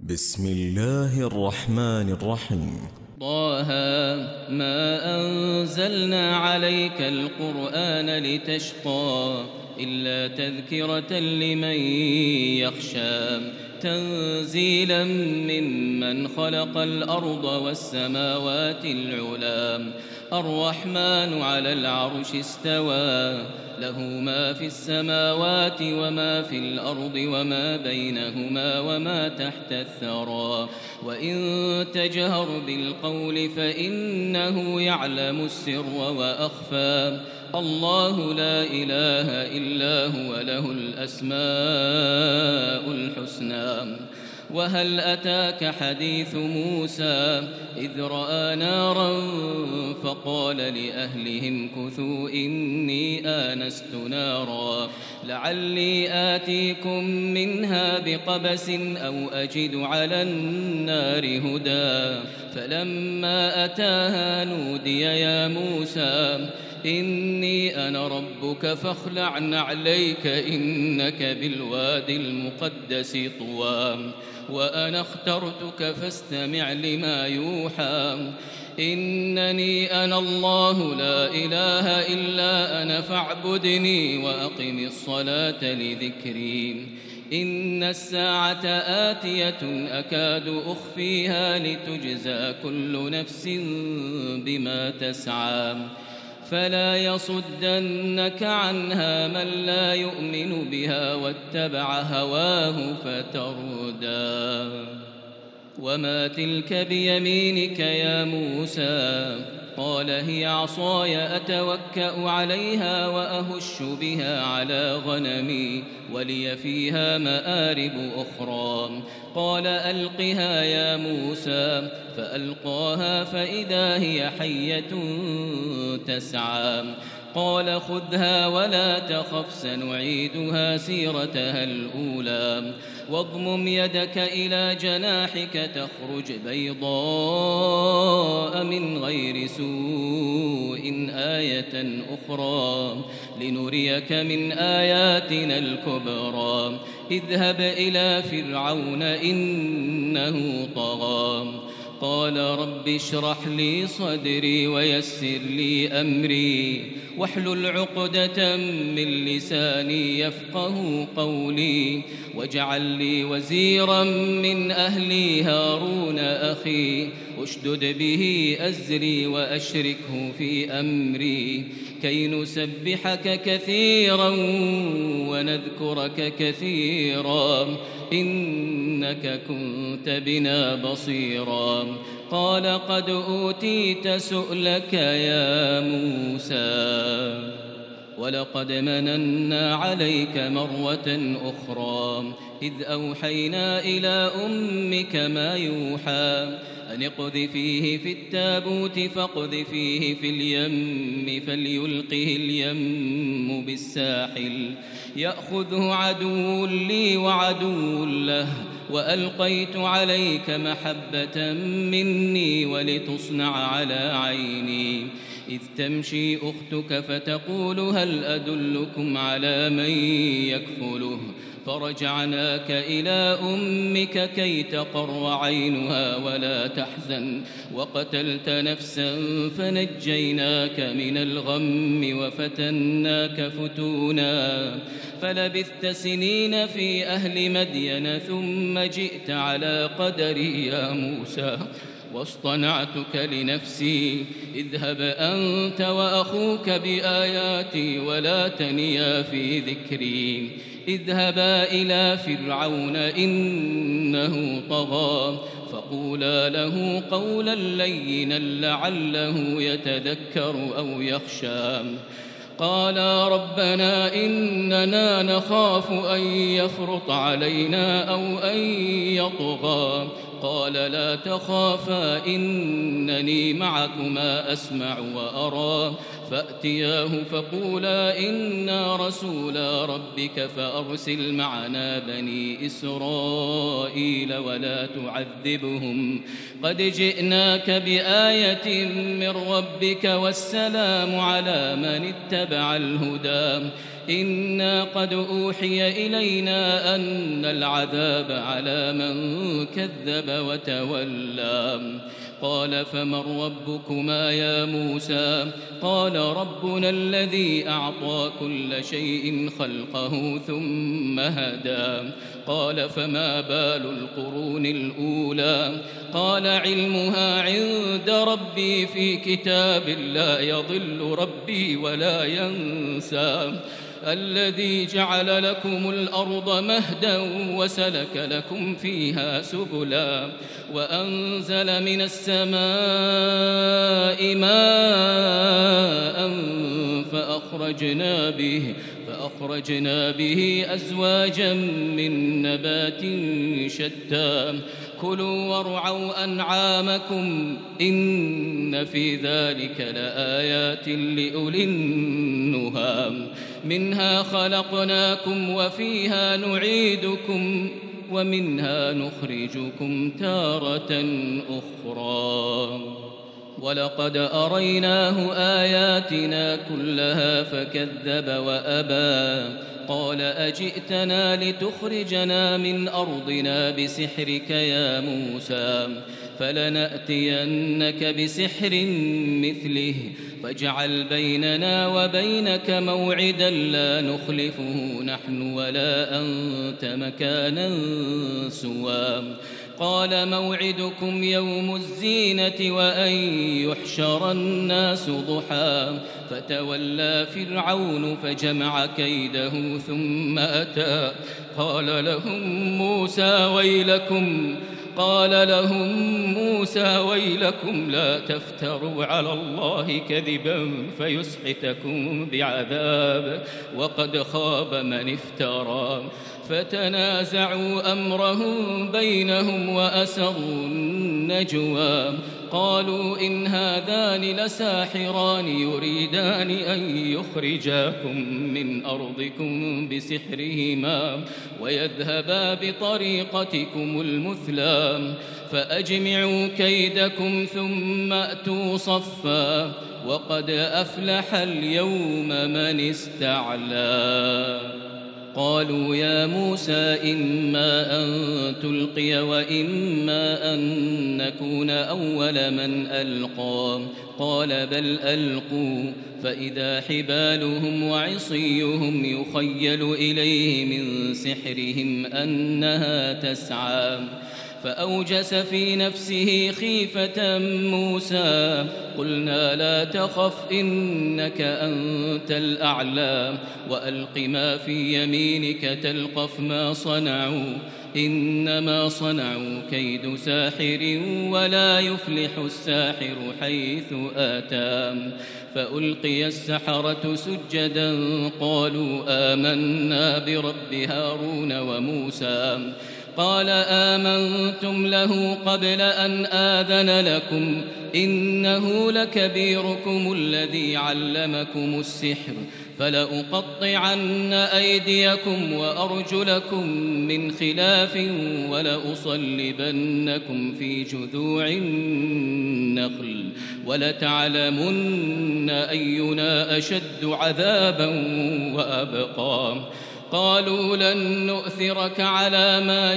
بسم الله الرحمن الرحيم. طه ما أنزلنا عليك القرآن لتشقى إلا تذكرة لمن يخشى تنزيلا ممن خلق الأرض والسماوات العلى الرحمن على العرش استوى له ما في السماوات وما في الأرض وما بينهما وما تحت الثرى وإن تجهر بالقول فإنه يعلم السر وأخفى الله لا إله إلا هو له الأسماء الحسنى. وهل أتاك حديث موسى إذ رأى نارا فقال لأهلهم كثوا إني آنست نارا لعلي آتيكم منها بقبس أو أجد على النار هدى فلما أتاها نودي يا موسى إني أنا ربك فاخلع نعليك إنك بالوادي المقدس طوى وأنا اخترتك فاستمع لما يوحى إنني أنا الله لا إله إلا أنا فاعبدني وأقم الصلاة لذكري إن الساعة آتية أكاد أخفيها لتجزى كل نفس بما تسعى فلا يصدنك عنها من لا يؤمن بها واتبع هواه فتردى. وما تلك بيمينك يا موسى قال هي عصاي أتوكأ عليها وأهش بها على غنمي ولي فيها مآرب أخرى قال ألقها يا موسى فألقاها فإذا هي حية تسعى قال خذها ولا تخف سنعيدها سيرتها الأولى واضمم يدك إلى جناحك تخرج بيضاء من غير سوء آية أخرى لنريك من آياتنا الكبرى اذهب إلى فرعون إنه طغى قال رب اشرح لي صدري ويسر لي أمري واحلل عقدة من لساني يفقه قولي واجعل لي وزيرا من أهلي هارون أخي اشدد به أزري وأشركه في أمري كي نسبحك كثيرا ونذكرك كثيرا إنك كنت بنا بصيرا قال قد أوتيت سؤلك يا موسى ولقد مننا عليك مرة أخرى إذ أوحينا إلى أمك ما يوحى أن اقذفيه في التابوت فاقذفيه في اليم فليلقه اليم بالساحل يأخذه عدو لي وعدو له وألقيت عليك محبة مني ولتصنع على عيني إذ تمشي أختك فتقول هل أدلكم على من يكفله فرجعناك إلى أمك كي تقر عينها ولا تحزن وقتلت نفسا فنجيناك من الغم وفتناك فتونا فلبثت سنين في أهل مدين ثم جئت على قدري يا موسى واصطنعتك لنفسي اذهب أنت وأخوك بآياتي ولا تنيا في ذكري اذهبا إلى فرعون إنه طغى فقولا له قولا لينا لعله يتذكر أو يخشى قالا ربنا إننا نخاف أن يفرط علينا أو أن يطغى قال لا تخافا إنني معكما أسمع وأرى فأتياه فقولا إنا رسولا ربك فأرسل معنا بني إسرائيل ولا تعذبهم قد جئناك بآية من ربك والسلام على من اتبع الهدى إنا قد أوحي إلينا أن العذاب على من كذب وتولى قال فمن ربكما يا موسى قال ربنا الذي أعطى كل شيء خلقه ثم هدى قال فما بال القرون الأولى قال علمها عند ربي في كتاب لا يضل ربي ولا ينسى الذي جعل لكم الأرض مهدا وسلك لكم فيها سبلا وأنزل من السماء ماء فأخرجنا به أزواجا من نبات شتى كلوا وارعوا أنعامكم إن في ذلك لآيات لأولي النهى منها خلقناكم وفيها نعيدكم ومنها نخرجكم تارة أخرى ولقد أريناه آياتنا كلها فكذب وأبى قال أجئتنا لتخرجنا من أرضنا بسحرك يا موسى فلنأتينك بسحر مثله فاجعل بيننا وبينك موعدا لا نخلفه نحن ولا أنت مكانا سوى قال موعدكم يوم الزينة وأن يحشر الناس ضحى فتولى فرعون فجمع كيده ثم أتى قال لهم موسى ويلكم لا تفتروا على الله كذبا فيسحتكم بعذاب وقد خاب من افترى فتنازعوا أمرهم بينهم وأسروا النجوى قالوا إن هذان لساحران يريدان أن يخرجاكم من أرضكم بسحرهما ويذهبا بطريقتكم المثلى فأجمعوا كيدكم ثم أتوا صفا وقد أفلح اليوم من استعلى قالوا يا موسى إما أن تلقي وإما أن نكون أول من ألقى قال بل ألقوا فإذا حبالهم وعصيهم يخيل إليه من سحرهم أنها تسعى فأوجس في نفسه خيفة موسى قلنا لا تخف إنك أنت الأعلى وألق ما في يمينك تلقف ما صنعوا إنما صنعوا كيد ساحر ولا يفلح الساحر حيث آتى فألقي السحرة سجدا قالوا آمنا برب هارون وموسى قال آمنتم له قبل أن آذن لكم إنه لكبيركم الذي علمكم السحر فلأقطعن أيديكم وأرجلكم من خلاف ولأصلبنكم في جذوع النخل ولتعلمن أينا أشد عذابا وأبقى قالوا لن نؤثرك على ما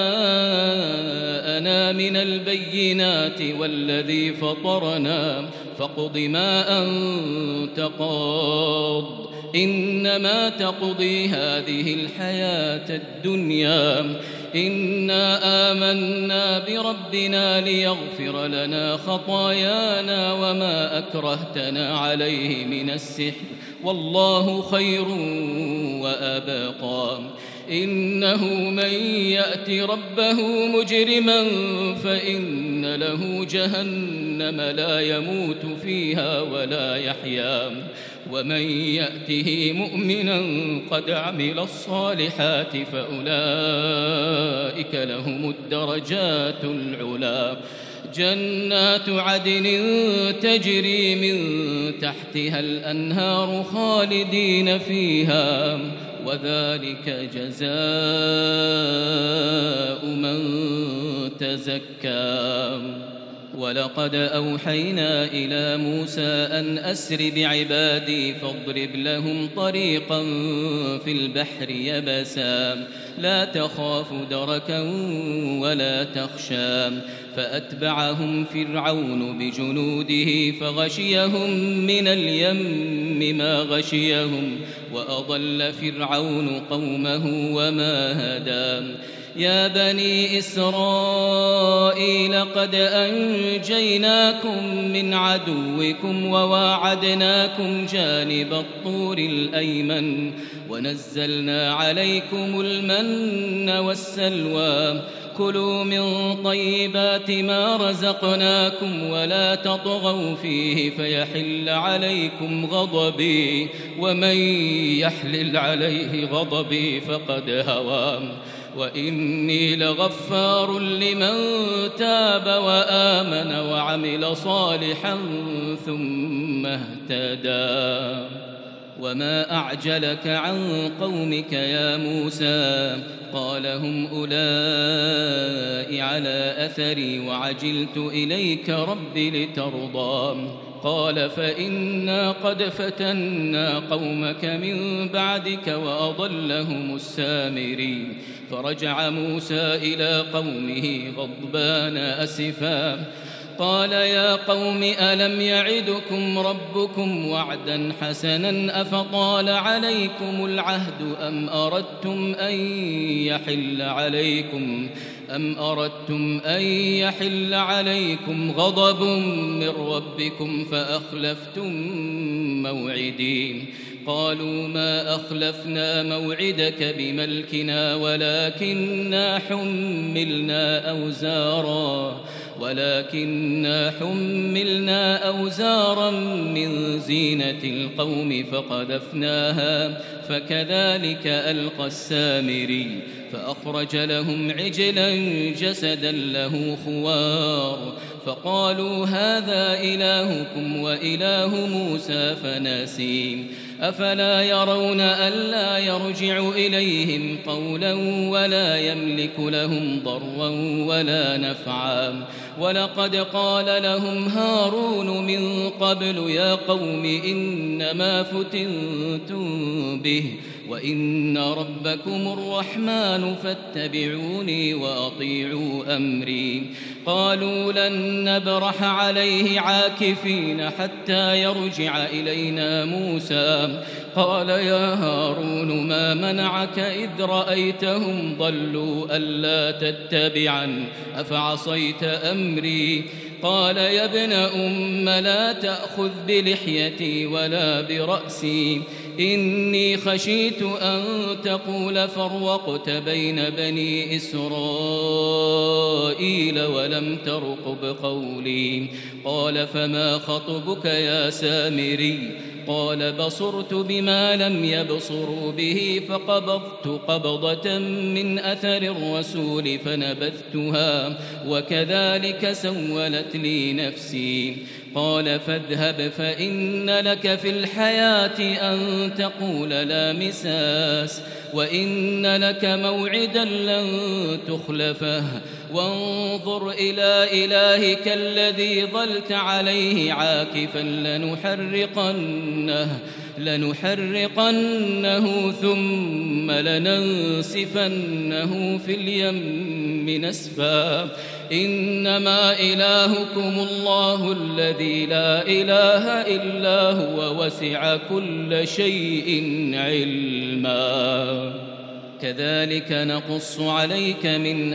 جاءنا من البينات والذي فطرنا فاقض ما أنت قاض إنما تقضي هذه الحياة الدنيا إنا آمنا بربنا ليغفر لنا خطايانا وما أكرهتنا عليه من السحر والله خير وأبقى إنه من يأت ربه مجرما فإن له جهنم لا يموت فيها ولا يحيا ومن يأته مؤمنا قد عمل الصالحات فأولئك لهم الدرجات العلى جنات عدن تجري من تحتها الأنهار خالدين فيها وذلك جزاء من تزكى ولقد أوحينا إلى موسى أن أسر بعبادي فاضرب لهم طريقا في البحر يبسا لا تخاف دركا ولا تخشى فأتبعهم فرعون بجنوده فغشيهم من اليم ما غشيهم وأضل فرعون قومه وما هدى يا بني إسرائيل قد أنجيناكم من عدوكم وواعدناكم جانب الطور الأيمن ونزلنا عليكم المن والسلوى كلوا من طيبات ما رزقناكم ولا تطغوا فيه فيحل عليكم غضبي ومن يحلل عليه غضبي فقد هوى وإني لغفار لمن تاب وآمن وعمل صالحا ثم اهتدى وما أعجلك عن قومك يا موسى قال هم أولئك على أثري وعجلت إليك رب لترضى قال فإنا قد فتنا قومك من بعدك وأضلهم السامري فرجع موسى إلى قومه غضبان أسفا قال يا قوم ألم يعدكم ربكم وعدا حسنا أفطال عليكم العهد أم أردتم أن يحل عليكم غضب من ربكم فأخلفتم موعدي قالوا ما أخلفنا موعدك بملكنا ولكننا حملنا أوزارا من زينة القوم فقذفناها فكذلك ألقى السامري فأخرج لهم عجلا جسدا له خوار فقالوا هذا إلهكم وإله موسى فناسي أفلا يرون ألا يرجع إليهم قولا ولا يملك لهم ضرا ولا نفعا ولقد قال لهم هارون من قبل يا قوم إنما فتنتم به وإن ربكم الرحمن فاتبعوني وأطيعوا أمري قالوا لن نبرح عليه عاكفين حتى يرجع إلينا موسى قال يا هارون ما منعك إذ رأيتهم ضلوا ألا تتبعا أفعصيت أمري قال يا ابن أم لا تأخذ بلحيتي ولا برأسي إني خشيت أن تقول فرقت بين بني إسرائيل ولم ترقب قولي قال فما خطبك يا سامري قال بصرت بما لم يبصروا به فقبضت قبضة من أثر الرسول فنبذتها وكذلك سولت لي نفسي قال فاذهب فإن لك في الحياة أن تقول لا مساس وإن لك موعدا لن تخلفه وانظر إلى إلهك الذي ظلت عليه عاكفا لنحرقنه ثم لننسفنه في اليم نسفا إنما إلهكم الله الذي لا إله إلا هو وسع كل شيء علما كذلك نقص عليك من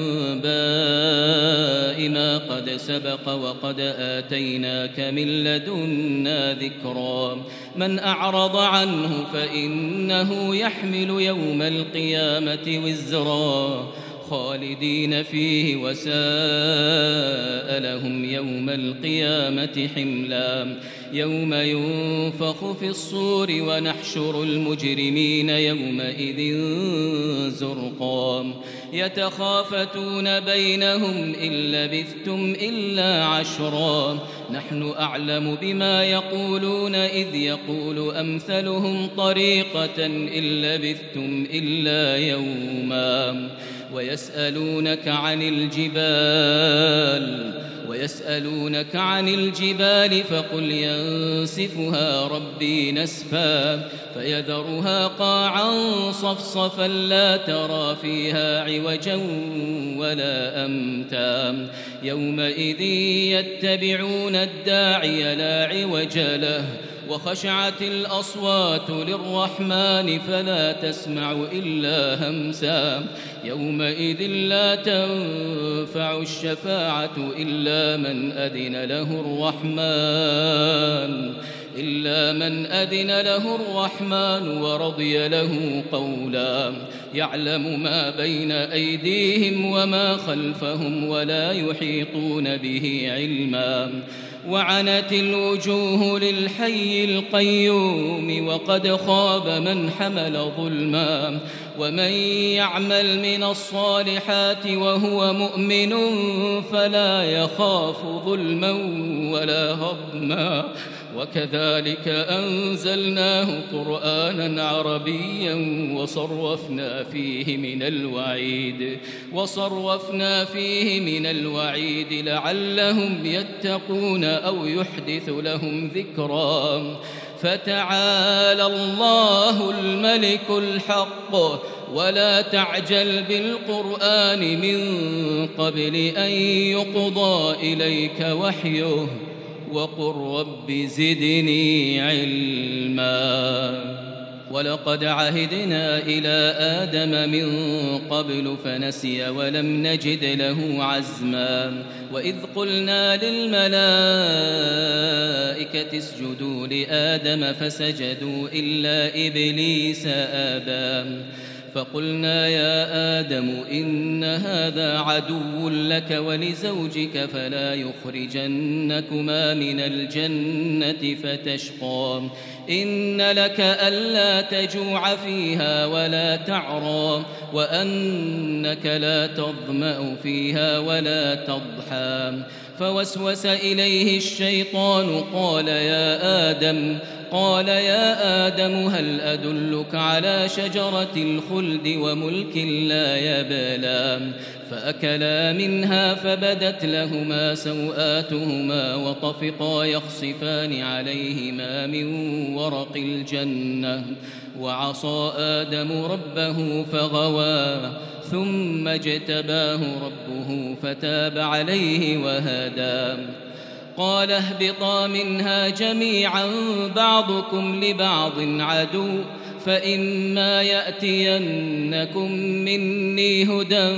أنباء ما قد سبق وقد آتيناك من لدنا ذكرا من أعرض عنه فإنه يحمل يوم القيامة وزرا خالدين فيه وساء لهم يوم القيامة حملا يوم ينفخ في الصور ونحشر المجرمين يومئذ زرقا يتخافتون بينهم إن لبثتم إلا عشرا نحن أعلم بما يقولون إذ يقول أمثلهم طريقة إن لبثتم إلا يوما ويسألونك عن الجبال ويسألونك عن الجبال فقل ينسفها ربي نسفا فيذرها قاعا صفصفا لا ترى فيها عوجا ولا أمتا يومئذ يتبعون الداعي لا عوج له وخشعت الأصوات للرحمن فلا تسمع إلا همسا يومئذ لا تنفع الشفاعة إلا من أذن له الرحمن ورضي له قولا يعلم ما بين أيديهم وما خلفهم ولا يحيطون به علما وعنت الوجوه للحي القيوم وقد خاب من حمل ظلما ومن يعمل من الصالحات وهو مؤمن فلا يخاف ظلما ولا هضما وكذلك أنزلناه قرآنا عربيا وصرفنا فيه من الوعيد لعلهم يتقون أو يحدث لهم ذكرا فتعالى الله الملك الحق ولا تعجل بالقرآن من قبل أن يقضى إليك وحيه وقل رب زدني علما ولقد عهدنا إلى آدم من قبل فنسي ولم نجد له عزما وإذ قلنا للملائكة اسجدوا لآدم فسجدوا إلا إبليس أبى فقلنا يا آدم إن هذا عدو لك ولزوجك فلا يخرجنكما من الجنة فتشقى إن لك ألا تجوع فيها ولا تعرى وأنك لا تظمأ فيها ولا تضحى فوسوس إليه الشيطان قال يا آدم هل أدلك على شجرة الخلد وملك لا يبلى فأكلا منها فبدت لهما سوآتهما وطفقا يخصفان عليهما من ورق الجنة وعصى آدم ربه فغوى ثم اجتباه ربه فتاب عليه وهدى قال اهبطا منها جميعا بعضكم لبعض عدو فإما يأتينكم مني هدى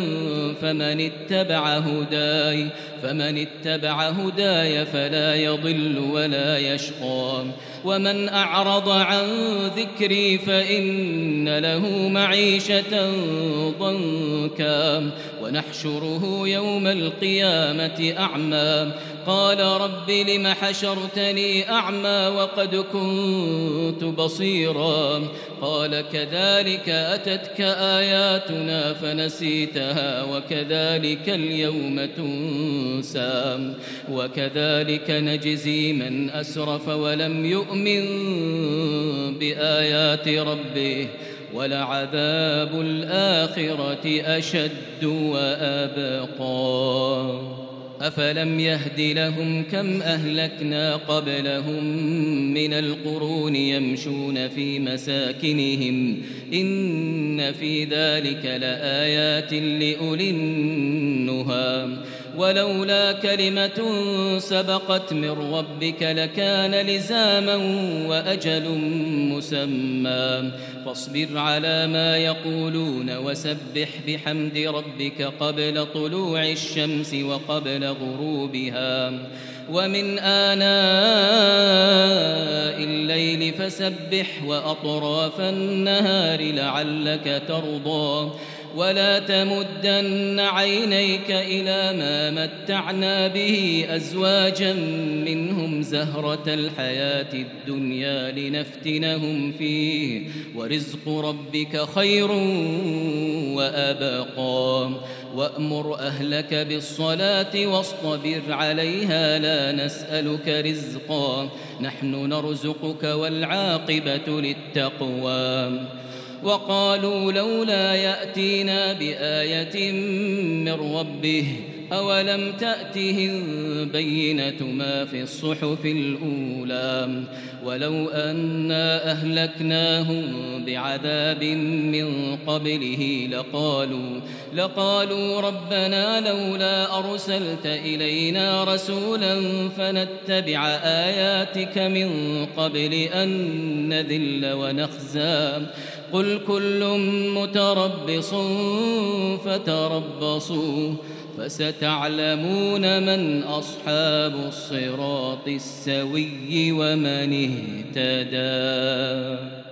فمن اتبع هداي فلا يضل ولا يشقى ومن أعرض عن ذكري فإن له معيشة ضنكا ونحشره يوم القيامة أعمى قال رب لم حشرتني أعمى وقد كنت بصيرا قال كذلك أتتك آياتنا فنسيتها وكذلك اليوم تنسى وكذلك نجزي من أسرف ولم يؤمن بآيات ربه ولعذاب الآخرة أشد وأبقى أفلم يهد لهم كم أهلكنا قبلهم من القرون يمشون في مساكنهم إن في ذلك لآيات لأولي النهى ولولا كلمة سبقت من ربك لكان لزاما وأجل مسمى فاصبر على ما يقولون وسبح بحمد ربك قبل طلوع الشمس وقبل غروبها ومن آناء الليل فسبح وأطراف النهار لعلك ترضى ولا تمدن عينيك إلى ما متعنا به أزواجا منهم زهرة الحياة الدنيا لنفتنهم فيه ورزق ربك خير وأبقى وأمر أهلك بالصلاة واصطبر عليها لا نسألك رزقا نحن نرزقك والعاقبة للتقوى وقالوا لولا يأتينا بآية من ربه أولم تأتهم بينة ما في الصحف الأولى ولو أنا أهلكناهم بعذاب من قبله لقالوا ربنا لولا أرسلت إلينا رسولا فنتبع آياتك من قبل أن نذل ونخزى قل كل متربص فتربصوا فستعلمون من أصحاب الصراط السوي ومن اهتدى.